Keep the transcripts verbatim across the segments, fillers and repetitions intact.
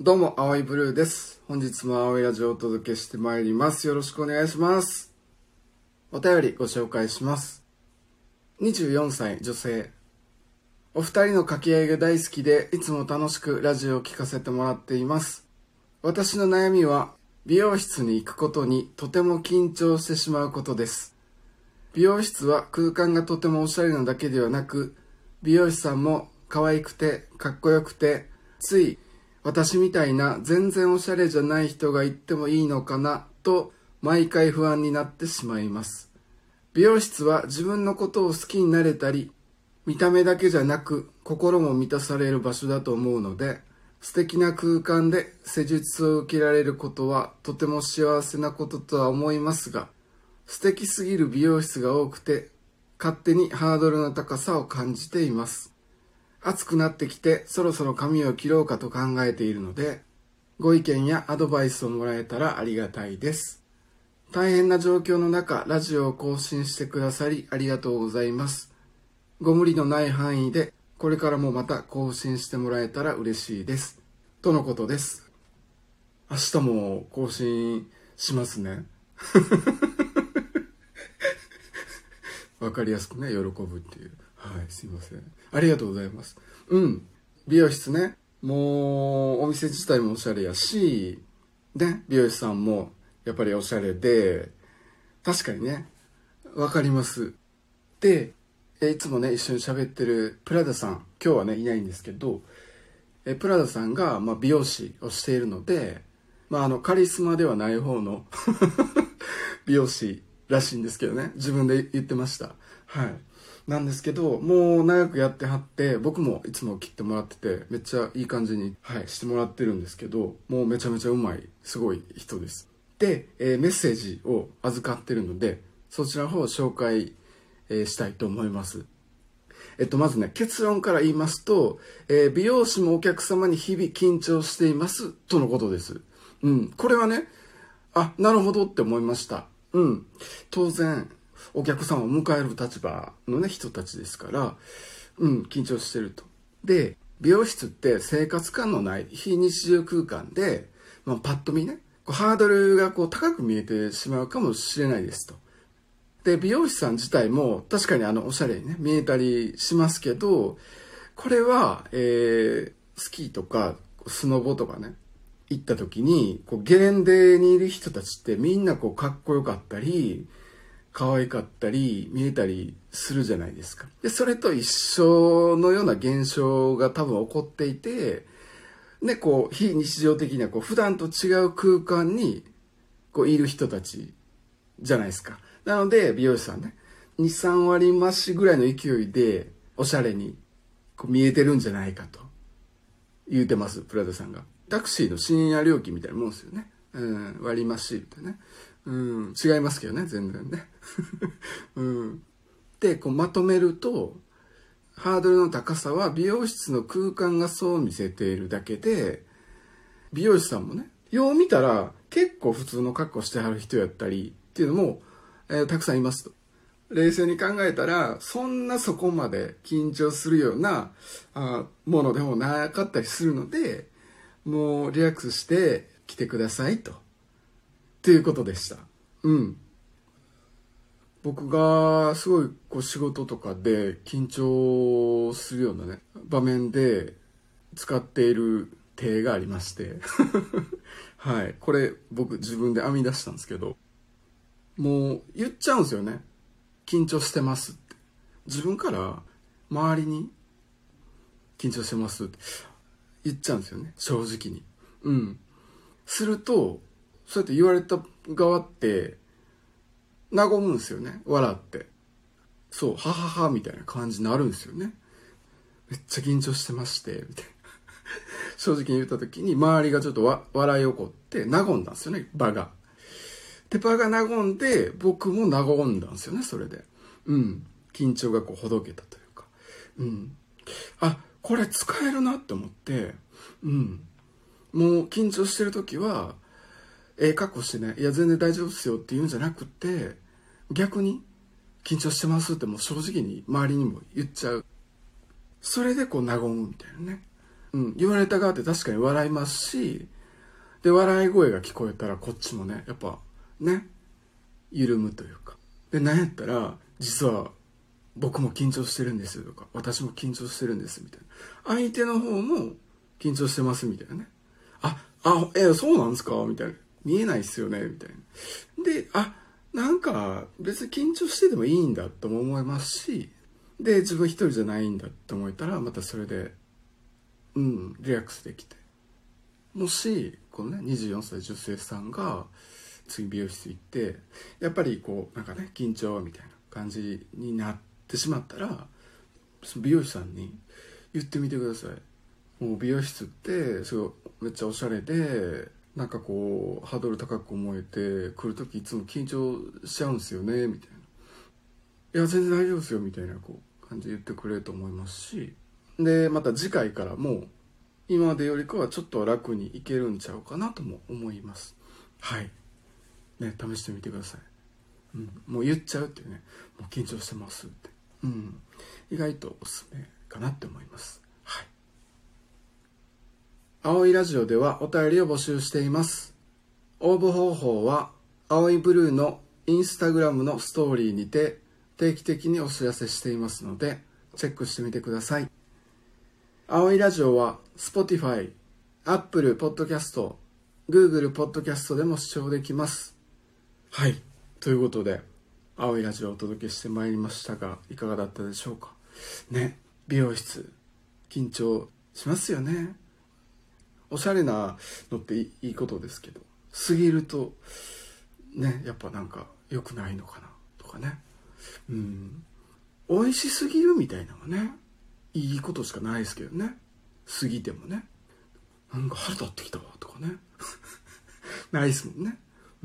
どうも、青いブルーです。本日も青いラジオをお届けしてまいります。よろしくお願いします。お便りご紹介します。にじゅうよんさい女性。お二人の掛け合いが大好きで、いつも楽しくラジオを聞かせてもらっています。私の悩みは、美容室に行くことにとても緊張してしまうことです。美容室は空間がとてもおしゃれなだけではなく、美容師さんも可愛くてかっこよくて、つい私みたいな全然おしゃれじゃない人が行ってもいいのかなと毎回不安になってしまいます。美容室は自分のことを好きになれたり、見た目だけじゃなく心も満たされる場所だと思うので、素敵な空間で施術を受けられることはとても幸せなこととは思いますが、素敵すぎる美容室が多くて、勝手にハードルの高さを感じています。暑くなってきてそろそろ髪を切ろうかと考えているので、ご意見やアドバイスをもらえたらありがたいです。大変な状況の中、ラジオを更新してくださりありがとうございます。ご無理のない範囲で、これからもまた更新してもらえたら嬉しいです。とのことです。明日も更新しますね。わかりやすくね、喜ぶっていう。はい、すいません。ありがとうございます。うん。美容室ね。もう、お店自体もおしゃれやし、ね、美容師さんもやっぱりおしゃれで、確かにね、わかります。で、いつもね、一緒に喋ってるプラダさん、今日はね、いないんですけど、えプラダさんが、まあ、美容師をしているので、まあ、あの、カリスマではない方の美容師らしいんですけどね、自分で言ってました。はい。なんですけど、もう長くやってはって、僕もいつも切ってもらってて、めっちゃいい感じに、はい、してもらってるんですけど、もうめちゃめちゃうまい、すごい人です。で、えーメッセージを預かってるので、そちらの方を紹介、えーしたいと思います。えっと、まずね、結論から言いますと、えー美容師もお客様に日々緊張しています、とのことです。うん。これはね、あ、なるほどって思いました。うん。当然、お客様を迎える立場のね、人たちですから、うん、緊張してると。で、美容室って生活感のない非日常空間で、まあ、パッと見ね、こうハードルがこう高く見えてしまうかもしれないですと。で、美容師さん自体も確かにあの、おしゃれにね、見えたりしますけど、これは、えー、スキーとか、スノボとかね、行った時に、こう、ゲレンデにいる人たちってみんなこう、かっこよかったり、可愛かったり、見えたりするじゃないですか。で、それと一緒のような現象が多分起こっていて、ね、こう、非日常的な、こう、普段と違う空間に、こう、いる人たちじゃないですか。なので、美容師さんね、に、さん割増しぐらいの勢いで、おしゃれに、こう、見えてるんじゃないかと、言うてます、プラダさんが。タクシーの深夜料金みたいなもんですよね。うん、割増し、みたいなね。うん、違いますけどね、全然ね。うん、で、こうまとめると、ハードルの高さは美容室の空間がそう見せているだけで、美容師さんもね、よう見たら結構普通の格好してはる人やったりっていうのも、えーたくさんいますと。冷静に考えたら、そんなそこまで緊張するようなあものでもなかったりするので、もうリラックスして来てくださいと。ということでした。うん。僕がすごいこう仕事とかで緊張するようなね、場面で使っている手がありまして。はい。これ僕自分で編み出したんですけど、もう言っちゃうんですよね。緊張してますって。自分から周りに緊張してますって言っちゃうんですよね。正直に。うん。すると、そうやって言われた側って、和むんですよね。笑って。そう、はははみたいな感じになるんですよね。めっちゃ緊張してまして、みたいな。正直に言った時に、周りがちょっとわ笑い起こって、和んだんですよね、場が。で、場が和んで、僕も和んだんですよね、それで。うん。緊張がこう、ほどけたというか。うん。あ、これ使えるなって思って、うん。もう緊張してる時は、ええ格好してね、いや全然大丈夫っすよって言うんじゃなくて、逆に緊張してますってもう正直に周りにも言っちゃう。それでこう和むみたいなね。 うん、言われた側って確かに笑いますし、で、笑い声が聞こえたらこっちもね、やっぱね、緩むというか。で、なんやったら、実は僕も緊張してるんですとか、私も緊張してるんですみたいな。相手の方も緊張してますみたいなね。あ、あ、え、そうなんですかみたいな。見えないっすよねみたいな。で、あ、なんか別に緊張しててもいいんだとも思いますし、で、自分一人じゃないんだって思えたら、またそれで、うん、リラックスできて。もし、このね、にじゅうよんさい女性さんが、次美容室行って、やっぱりこう、なんかね、緊張みたいな感じになってしまったら、その美容師さんに言ってみてください。もう美容室って、すごい、めっちゃおしゃれで、なんかこう、ハードル高く思えて、来るときいつも緊張しちゃうんですよね、みたいな。いや、全然大丈夫ですよ、みたいな、こう、感じで言ってくれると思いますし、で、また次回からも、今までよりかはちょっと楽にいけるんちゃうかなとも思います。はい。ね、試してみてください。うん、もう言っちゃうっていうね、もう緊張してますって。うん。意外とおすすめかなって思います。はい。青いラジオではお便りを募集しています。応募方法は、青いブルーのインスタグラムのストーリーにて定期的にお知らせしていますので、チェックしてみてください。青いラジオは Spotify、Apple Podcast、Google Podcast でも視聴できます。はい。ということで、青いラジオをお届けしてまいりましたが、いかがだったでしょうか。ね、美容室、緊張しますよね。おしゃれなのっていいことですけど、過ぎると、ね、やっぱなんか良くないのかな、とかね。うん。美味しすぎるみたいなのはね、いいことしかないですけどね。過ぎてもね。なんか腹立ってきたわ、とかね。ないですもんね。うん。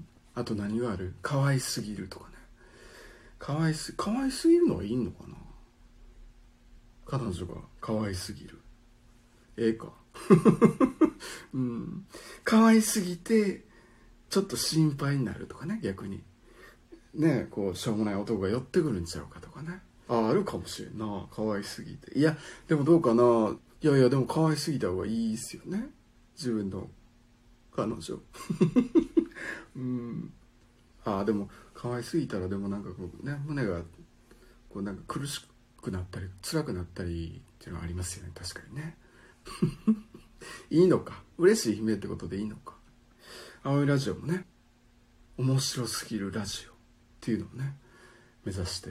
あと何がある？可愛すぎるとかね。可愛す、可愛すぎるのはいいのかな？彼女が可愛すぎる。ええか。うん。可愛すぎて、ちょっと心配になるとかね、逆に。ね、こう、しょうもない男が寄ってくるんちゃうかとかね。あ、あるかもしれんな。可愛すぎて。いや、でもどうかな。いやいや、でも可愛すぎた方がいいっすよね。自分の彼女。うん。ああ、でも可愛すぎたらでもなんかこうね、胸がこうなんか苦しくなったり辛くなったりっていうのはありますよね。確かにね。いいのか。嬉しい悲鳴ってことでいいのか。青いラジオもね、面白すぎるラジオっていうのをね、目指して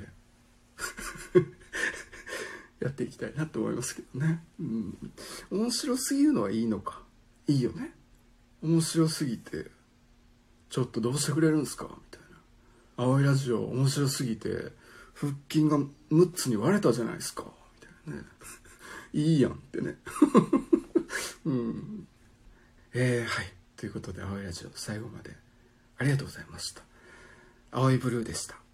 やっていきたいなと思いますけどね。うん。面白すぎるのはいいのか。いいよね。面白すぎて、ちょっとどうしてくれるんすかみたいな。青いラジオ面白すぎて、腹筋がむっつに割れたじゃないですか。みたいなね。いいやんってね。うん。えー、はい。ということで、青いラジオ最後までありがとうございました。青いブルーでした。